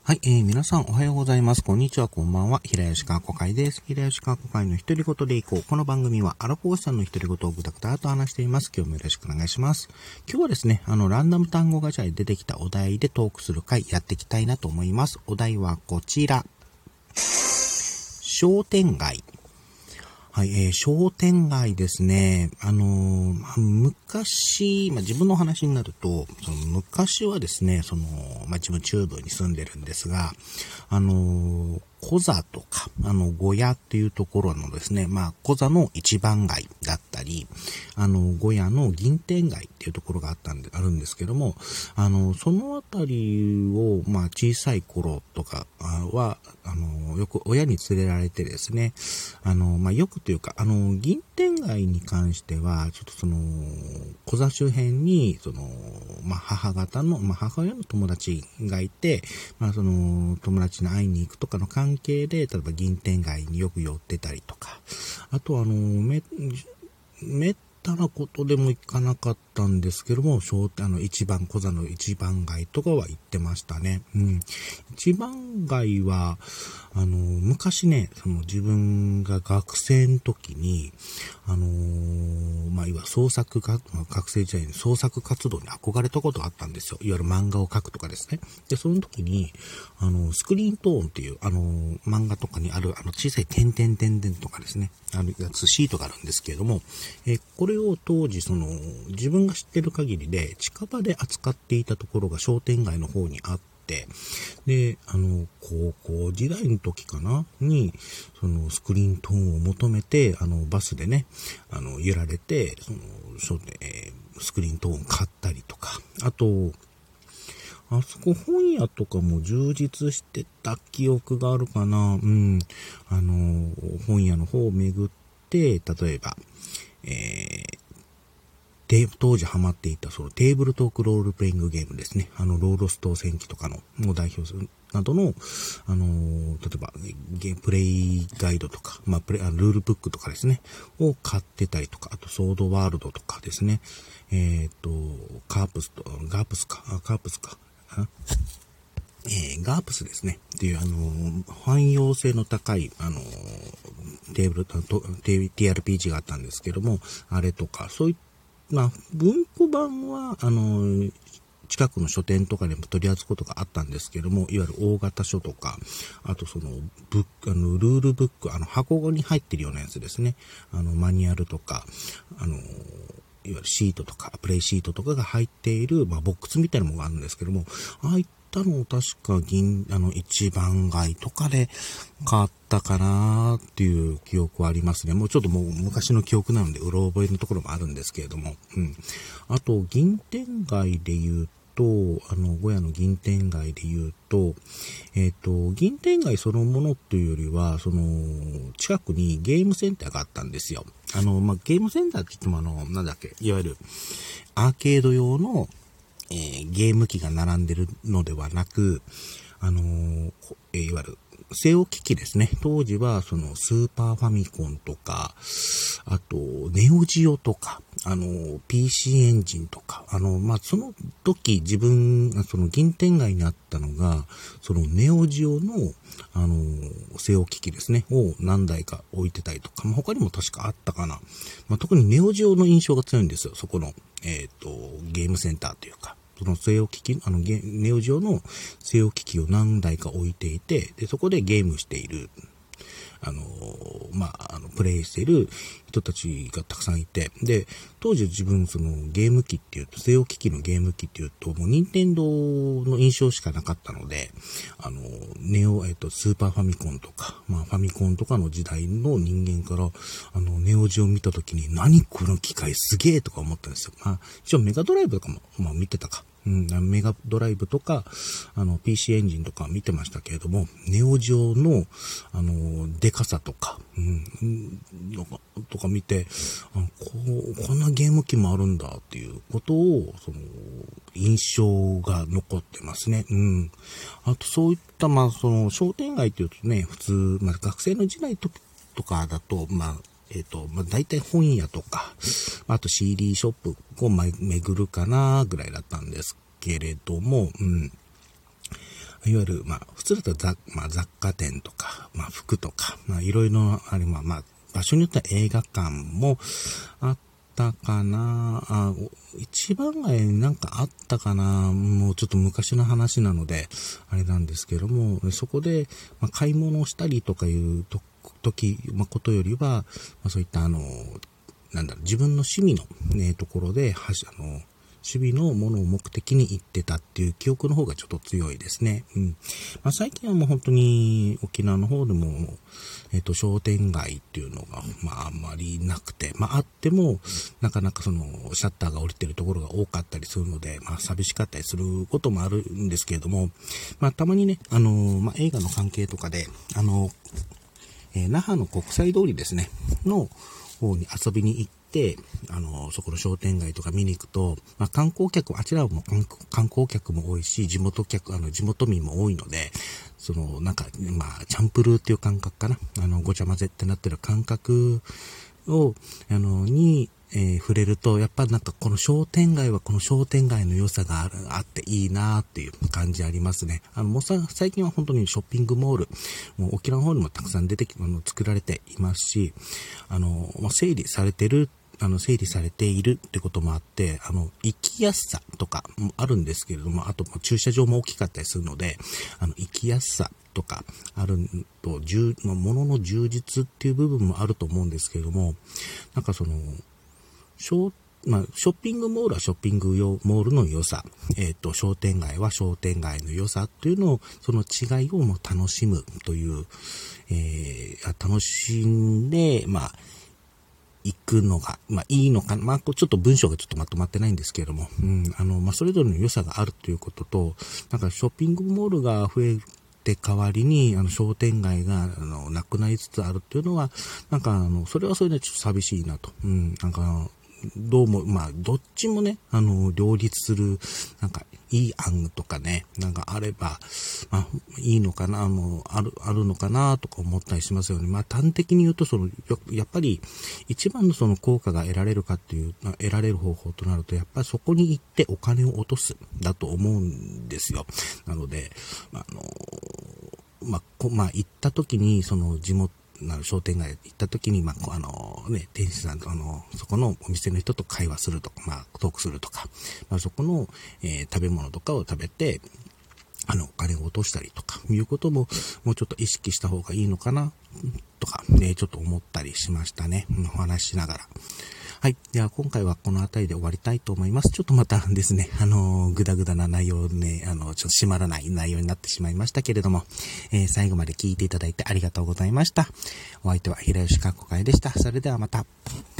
はい、皆さんおはようございます。こんにちは、こんばんは。平吉川子会です。平吉川子会の独り言でいこう。この番組はアラフォーさんの独り言をぐだぐだと話しています。今日もよろしくお願いします。今日はですね、ランダム単語ガチャで出てきたお題でトークする回やっていきたいなと思います。お題はこちら。商店街。はい、商店街ですね。昔、自分の話になると、昔はですね、自分中部に住んでるんですが、コザとか、小屋っていうところのですね、コザの一番街だったり、小屋の銀天街っていうところがあるんですけども、そのあたりを、小さい頃とかは、よく親に連れられてですね、よくというか、銀天街に関しては、ちょっとコザ周辺に、母親の友達がいて、友達に会いに行くとかの関係で、例えば銀天街によく寄ってたりとか、あとめったなことでも行かなかったんですけども、コザの一番街とかは行ってましたね。一番街は、昔ね、自分が学生の時に、いわゆる学生時代に創作活動に憧れたことがあったんですよ。いわゆる漫画を描くとかですね。で、その時に、スクリーントーンっていう、漫画とかにある、小さい点々とかですね、シートがあるんですけれども、これを当時、自分が知ってる限りで、近場で扱っていたところが商店街の方にあって、で、高校時代の時かなに、スクリーントーンを求めて、バスでね、揺られて、スクリーントーン買ったりとか、あと、あそこ本屋とかも充実してた記憶があるかな。本屋の方を巡って、例えば、当時ハマっていたテーブルトークロールプレイングゲームですね。ロードストー戦記とかのを代表するなどの、例えばプレイガイドとか、ルールブックとかですね、を買ってたりとか、あとソードワールドとかですね、ガープスですね。っていう、汎用性の高い、TRPG があったんですけども、あれとか、そういった、文庫版は、近くの書店とかでも取り扱うことがあったんですけども、いわゆる大型書とか、あとルールブック、箱に入ってるようなやつですね。マニュアルとか、いわゆるシートとか、プレイシートとかが入っている、ボックスみたいなものがあるんですけども、ああいったのを確か一番街とかで買ったかなーっていう記憶はありますね。もうちょっともう昔の記憶なので、うろ覚えのところもあるんですけれども、あと、銀天街で言うと、小屋の銀天街で言うと、銀天街そのものっていうよりは、近くにゲームセンターがあったんですよ。ゲームセンターって言ってもいわゆるアーケード用の、ゲーム機が並んでるのではなく、いわゆる据え置き機ですね。当時はスーパーファミコンとか、あとネオジオとか、PC エンジンとか、その時自分が銀天街にあったのが、ネオジオの、据え置き機ですね、を何台か置いてたりとか、他にも確かあったかな。特にネオジオの印象が強いんですよ。そこの、ゲームセンターというか。据え置き機、ネオジオの据え置き機を何台か置いていて、で、そこでゲームしている、プレイしている人たちがたくさんいて、で、当時自分ゲーム機っていうと、据え置き機のゲーム機っていうと、もう任天堂の印象しかなかったので、スーパーファミコンとか、ファミコンとかの時代の人間から、ネオジを見たときに、何この機械すげえとか思ったんですよ。一応メガドライブとかも、見てたか。メガドライブとか、PC エンジンとか見てましたけれども、ネオジオの、デカさとか、とか見て、こんなゲーム機もあるんだっていうことを、印象が残ってますね。あと、そういった、商店街っていうとね、普通、学生の時代とかだと、大体本屋とか、あと CD ショップを巡るかなぐらいだったんですけれども、 いわゆる、普通だと雑貨店とか、服とか、いろいろあり、場所によっては映画館もあったかな。一番街になんかあったかな。もうちょっと昔の話なので、あれなんですけども、そこで、買い物をしたりとかいうことよりは、そういった自分の趣味のね、ところで、守備のものを目的に行ってたっていう記憶の方がちょっと強いですね。最近はもう本当に沖縄の方でも、商店街っていうのが、あんまりなくて、あっても、なかなかシャッターが降りてるところが多かったりするので、寂しかったりすることもあるんですけれども、たまにね、映画の関係とかで、那覇の国際通りですね、の方に遊びに行って、そこの商店街とか見に行くと、観光客、あちらも観光客も多いし、地元民も多いので、チャンプルーっていう感覚かな。ごちゃ混ぜってなってる感覚を、触れると、やっぱこの商店街はこの商店街の良さがあっていいなっていう感じありますね。最近は本当にショッピングモール、もう沖縄の方にもたくさん作られていますし、整理されているってこともあって、行きやすさとかもあるんですけれども、あと駐車場も大きかったりするので、行きやすさとかあると、物の充実っていう部分もあると思うんですけれども、ショッピングモールはショッピングモールの良さ、商店街は商店街の良さというのを、その違いをもう楽しむという、楽しんで、行くのが、いいのかな。ちょっと文章がちょっとまとまってないんですけれども、それぞれの良さがあるということと、ショッピングモールが増えて代わりに、商店街が、なくなりつつあるっていうのは、それはそれでちょっと寂しいなと。どうも、どっちもね、両立する、いい案とかね、あれば、いいのかな、あるのかな、とか思ったりしますよね。端的に言うと、やっぱり、一番の効果が得られる方法となると、やっぱりそこに行ってお金を落とす、だと思うんですよ。なので、行った時に、地元、商店街行った時に、店主さんとそこのお店の人と会話するとか、トークするとか、そこの、食べ物とかを食べて、お金を落としたりとか、いうことも、もうちょっと意識した方がいいのかな、とか、ちょっと思ったりしましたね。お話ししながら。はい。では、今回はこの辺りで終わりたいと思います。ちょっとまたですね、ぐだぐだな内容ね、ちょっと締まらない内容になってしまいましたけれども、最後まで聞いていただいてありがとうございました。お相手は平吉かっこかえでした。それではまた。